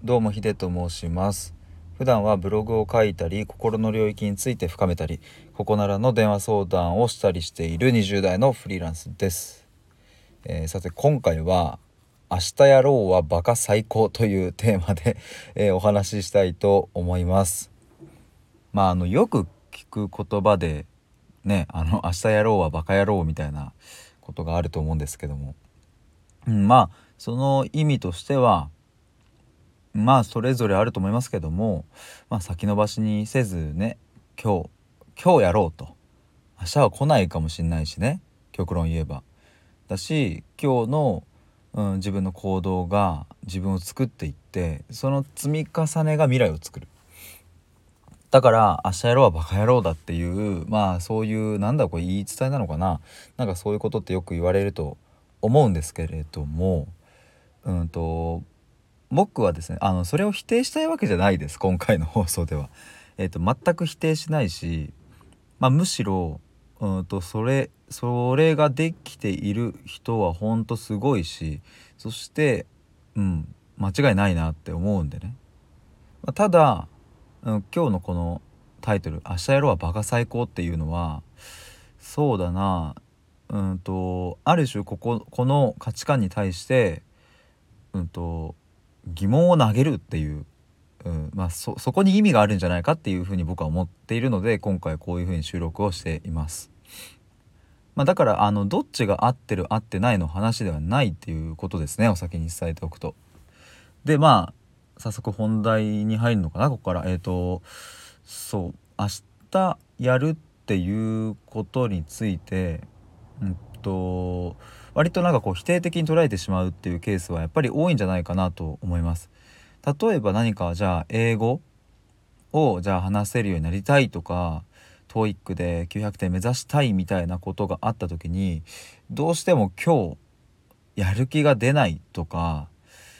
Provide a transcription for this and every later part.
どうもヒデと申します。普段はブログを書いたり、心の領域について深めたり、ここならの電話相談をしたりしている20代のフリーランスです。さて今回は明日やろうはバカ最高というテーマで、お話ししたいと思います。よく聞く言葉でね、明日やろうはバカやろうみたいなことがあると思うんですけども、その意味としてはそれぞれあると思いますけども、先延ばしにせずね、今日やろうと。明日は来ないかもしれないしね、極論言えばだし、今日の、自分の行動が自分を作っていって、その積み重ねが未来を作る。だから明日やろうはバカ野郎だっていう、そういうこれ言い伝えなのかな、そういうことってよく言われると思うんですけれども、僕はですね、それを否定したいわけじゃないです、今回の放送では。全く否定しないし、むしろそれができている人はほんとすごいし、そして間違いないなって思うんでね。ただ、今日のこのタイトル「明日やろうはバカ最高」っていうのは、そうだな、ある種この価値観に対して疑問を投げるっていう、そこに意味があるんじゃないかっていうふうに僕は思っているので、今回こういうふうに収録をしています。だからどっちが合ってる合ってないの話ではないっていうことですね、お先に伝えておくと。で早速本題に入るのかな、ここから。そう明日やるっていうことについて、割と否定的に捉えてしまうっていうケースはやっぱり多いんじゃないかなと思います。例えば何かじゃあ英語を話せるようになりたいとか、 TOEIC で900点目指したいみたいなことがあった時に、どうしても今日やる気が出ないとか、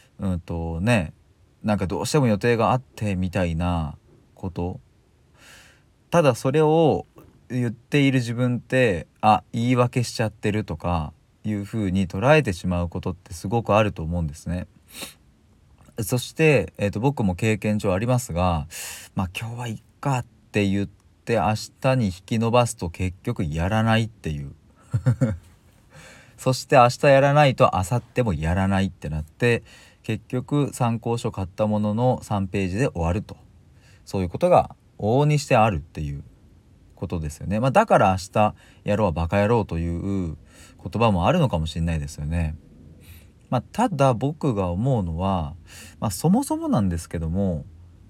どうしても予定があってみたいなこと、ただそれを言っている自分って言い訳しちゃってるとかいう風に捉えてしまうことってすごくあると思うんですね。そして、僕も経験上ありますが、今日はいっかって言って明日に引き延ばすと結局やらないっていうそして明日やらないと明後日もやらないってなって、結局参考書買ったものの3ページで終わると、そういうことが往々にしてあるっていうことですよね。だから明日やろうはバカ野郎という言葉もあるのかもしれないですよね。ただ僕が思うのは、そもそもなんですけども、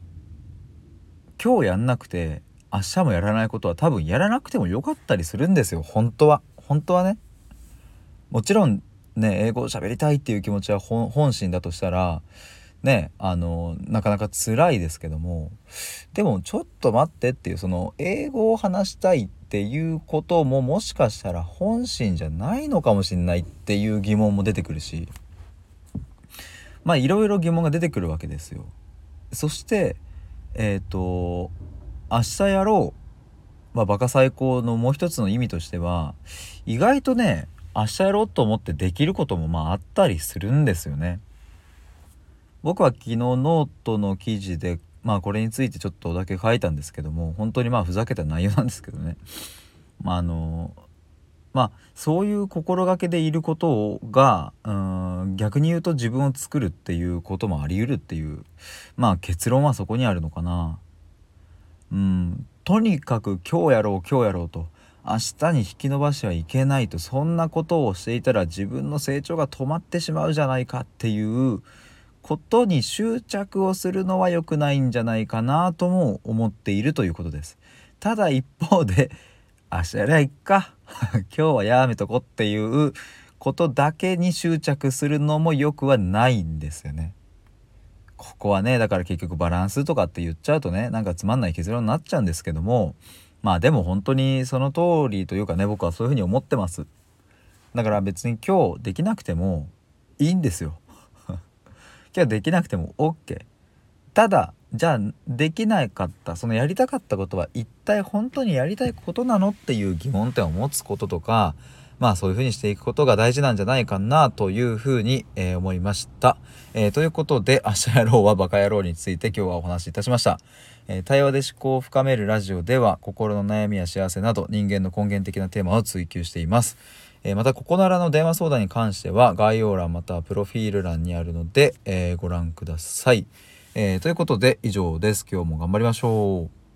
今日やんなくて明日もやらないことは多分やらなくてもよかったりするんですよ、本当はね。もちろんね、英語を喋りたいっていう気持ちは本心だとしたらね、なかなか辛いですけども、でもちょっと待ってっていう、その英語を話したいっていうことももしかしたら本心じゃないのかもしれないっていう疑問も出てくるし、いろいろ疑問が出てくるわけですよ。そして明日やろう、バカ最高のもう一つの意味としては、意外とね、明日やろうと思ってできることもあったりするんですよね。僕は昨日ノートの記事でこれについてちょっとだけ書いたんですけども、本当にふざけた内容なんですけどね。そういう心がけでいることが逆に言うと自分を作るっていうこともあり得るっていう、結論はそこにあるのかな。とにかく今日やろうと、明日に引き延ばしはいけないと、そんなことをしていたら自分の成長が止まってしまうじゃないかっていうことに執着をするのは良くないんじゃないかなとも思っているということです。ただ一方で明日やりゃいっか今日はやめとこっていうことだけに執着するのも良くはないんですよね。ここはね、だから結局バランスとかって言っちゃうとね、つまんない結論になっちゃうんですけども、でも本当にその通りというかね、僕はそういうふうに思ってます。だから別に今日できなくてもいいんですよ今日できなくても OK。 ただじゃあできなかった、そのやりたかったことは一体本当にやりたいことなのっていう疑問点を持つこととか、 そういう風にしていくことが大事なんじゃないかなという風に、思いました。ということで、明日やろうはバカ野郎について今日はお話しいたしました。対話で思考を深めるラジオでは、心の悩みや幸せなど人間の根源的なテーマを追求しています。またここならの電話相談に関しては概要欄またはプロフィール欄にあるので、ご覧ください。ということで以上です。今日も頑張りましょう。